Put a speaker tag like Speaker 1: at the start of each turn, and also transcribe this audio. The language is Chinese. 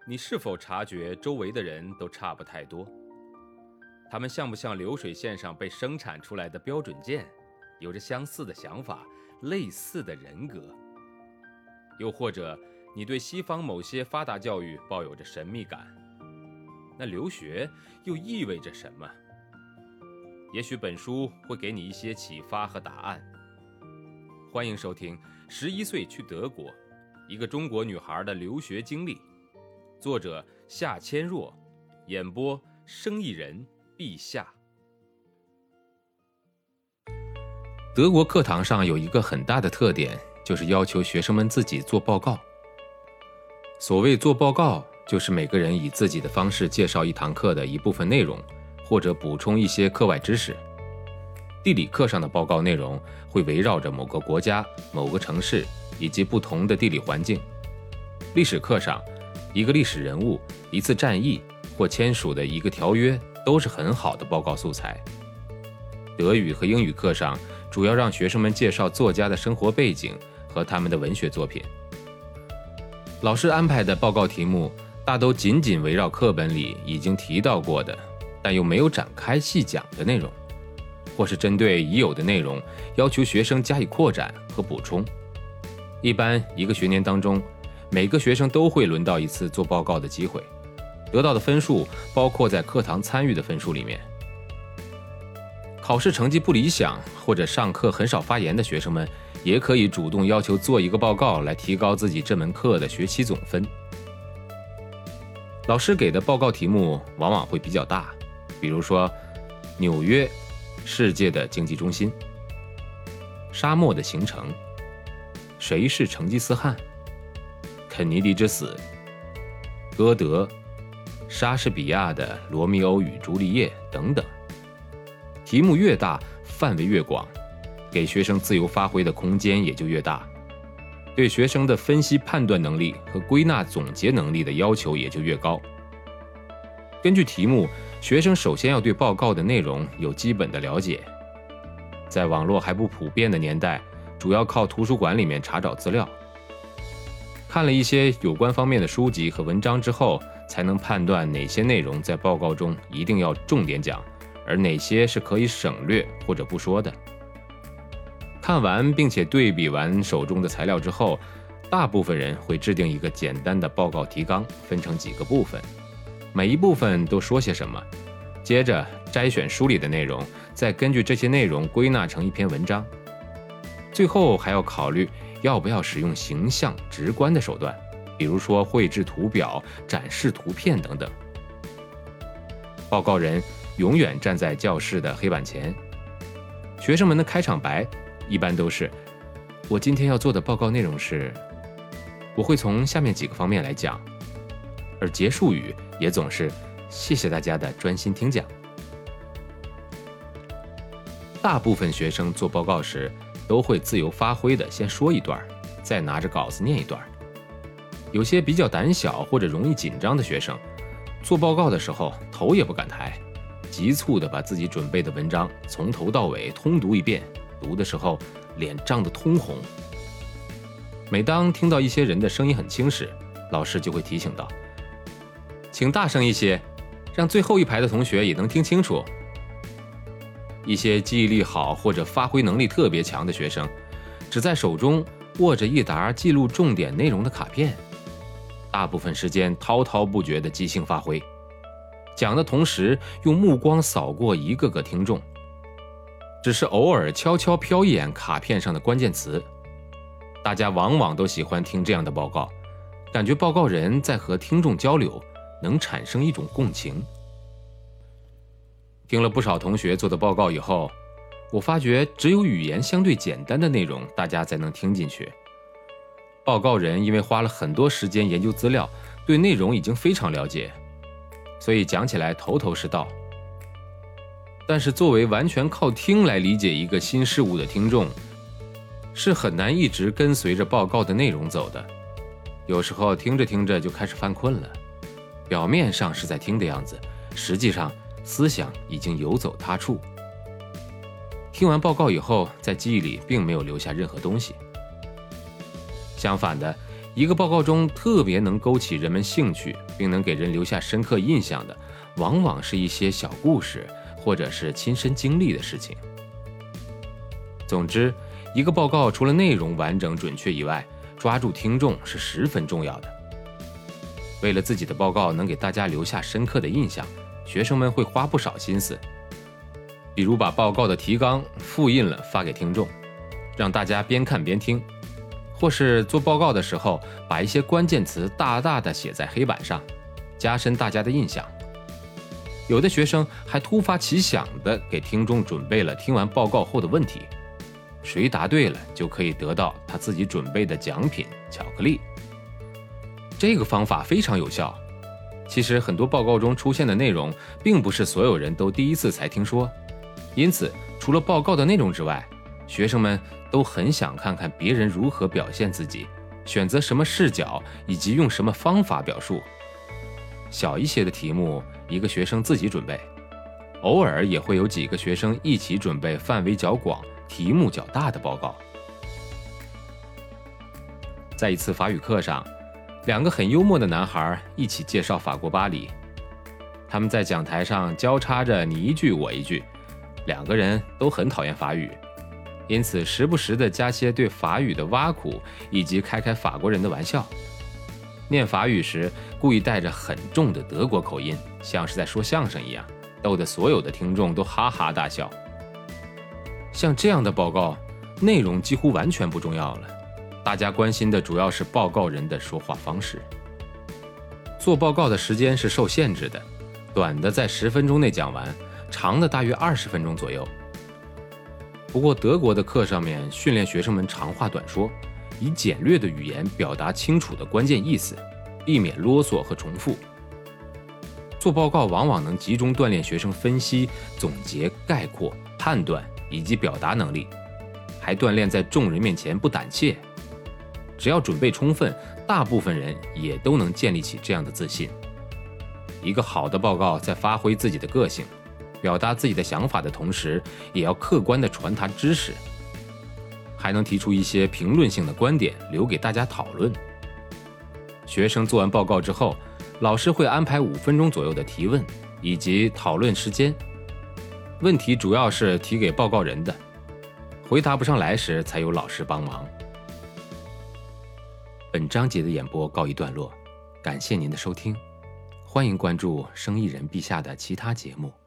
Speaker 1: 你是否察觉周围的人都差不太多？他们像不像流水线上被生产出来的标准件，有着相似的想法，类似的人格？又或者你对西方某些发达教育抱有着神秘感，那留学又意味着什么？也许本书会给你一些启发和答案。欢迎收听11岁去德国，一个中国女孩的留学经历。作者夏千若，演播生意人陛下。德国课堂上有一个很大的特点，就是要求学生们自己做报告。所谓做报告，就是每个人以自己的方式介绍一堂课的一部分内容，或者补充一些课外知识。地理课上的报告内容会围绕着某个国家、某个城市以及不同的地理环境。历史课上，一个历史人物、一次战役或签署的一个条约都是很好的报告素材。德语和英语课上主要让学生们介绍作家的生活背景和他们的文学作品。老师安排的报告题目大都仅仅围绕课本里已经提到过的，但又没有展开细讲的内容，或是针对已有的内容要求学生加以扩展和补充。一般一个学年当中，每个学生都会轮到一次做报告的机会，得到的分数包括在课堂参与的分数里面。考试成绩不理想或者上课很少发言的学生们，也可以主动要求做一个报告来提高自己这门课的学期总分。老师给的报告题目往往会比较大，比如说纽约，世界的经济中心；沙漠的形成；谁是成吉思汗；肯尼迪之死；歌德；莎士比亚的《罗密欧与朱丽叶》等等。题目越大，范围越广，给学生自由发挥的空间也就越大，对学生的分析判断能力和归纳总结能力的要求也就越高。根据题目，学生首先要对报告的内容有基本的了解。在网络还不普遍的年代，主要靠图书馆里面查找资料。看了一些有关方面的书籍和文章之后，才能判断哪些内容在报告中一定要重点讲，而哪些是可以省略或者不说的。看完并且对比完手中的材料之后，大部分人会制定一个简单的报告提纲，分成几个部分，每一部分都说些什么，接着摘选书里的内容，再根据这些内容归纳成一篇文章。最后还要考虑要不要使用形象直观的手段，比如说绘制图表、展示图片等等。报告人永远站在教室的黑板前，学生们的开场白一般都是：我今天要做的报告内容是，我会从下面几个方面来讲，而结束语也总是谢谢大家的专心听讲。大部分学生做报告时都会自由发挥的先说一段，再拿着稿子念一段。有些比较胆小或者容易紧张的学生，做报告的时候头也不敢抬，急促地把自己准备的文章从头到尾通读一遍，读的时候脸涨得通红。每当听到一些人的声音很轻时，老师就会提醒道：请大声一些，让最后一排的同学也能听清楚。一些记忆力好或者发挥能力特别强的学生，只在手中握着一沓记录重点内容的卡片，大部分时间滔滔不绝的即兴发挥，讲的同时用目光扫过一个个听众，只是偶尔悄悄瞟一眼卡片上的关键词。大家往往都喜欢听这样的报告，感觉报告人在和听众交流，能产生一种共情。听了不少同学做的报告以后，我发觉只有语言相对简单的内容大家才能听进去。报告人因为花了很多时间研究资料，对内容已经非常了解，所以讲起来头头是道。但是作为完全靠听来理解一个新事物的听众，是很难一直跟随着报告的内容走的。有时候听着听着就开始犯困了，表面上是在听的样子，实际上思想已经游走他处。听完报告以后，在记忆里并没有留下任何东西。相反的， 一个报告中特别能勾起人们兴趣，并能给人留下深刻印象的，往往是一些小故事，或者是亲身经历的事情。总之，一个报告除了内容完整准确以外，抓住听众是十分重要的。为了自己的报告能给大家留下深刻的印象，学生们会花不少心思，比如把报告的提纲复印了发给听众，让大家边看边听，或是做报告的时候把一些关键词大大的写在黑板上，加深大家的印象。有的学生还突发奇想地给听众准备了听完报告后的问题，谁答对了就可以得到他自己准备的奖品巧克力。这个方法非常有效。其实很多报告中出现的内容并不是所有人都第一次才听说，因此除了报告的内容之外，学生们都很想看看别人如何表现自己，选择什么视角，以及用什么方法表述。小一些的题目一个学生自己准备，偶尔也会有几个学生一起准备范围较广、题目较大的报告。在一次法语课上，两个很幽默的男孩一起介绍法国巴黎。他们在讲台上交叉着你一句我一句，两个人都很讨厌法语，因此时不时地加些对法语的挖苦，以及开法国人的玩笑。念法语时故意带着很重的德国口音，像是在说相声一样，逗得所有的听众都哈哈大笑。像这样的报告，内容几乎完全不重要了，大家关心的主要是报告人的说话方式。做报告的时间是受限制的，短的在10分钟内讲完，长的大约20分钟左右。不过德国的课上面训练学生们长话短说，以简略的语言表达清楚的关键意思，避免啰嗦和重复。做报告往往能集中锻炼学生分析、总结、概括、判断以及表达能力，还锻炼在众人面前不胆怯。只要准备充分，大部分人也都能建立起这样的自信。一个好的报告在发挥自己的个性，表达自己的想法的同时，也要客观地传达知识，还能提出一些评论性的观点留给大家讨论。学生做完报告之后，老师会安排5分钟左右的提问以及讨论时间，问题主要是提给报告人的，回答不上来时才有老师帮忙。本章节的演播告一段落，感谢您的收听，欢迎关注生意人陛下的其他节目。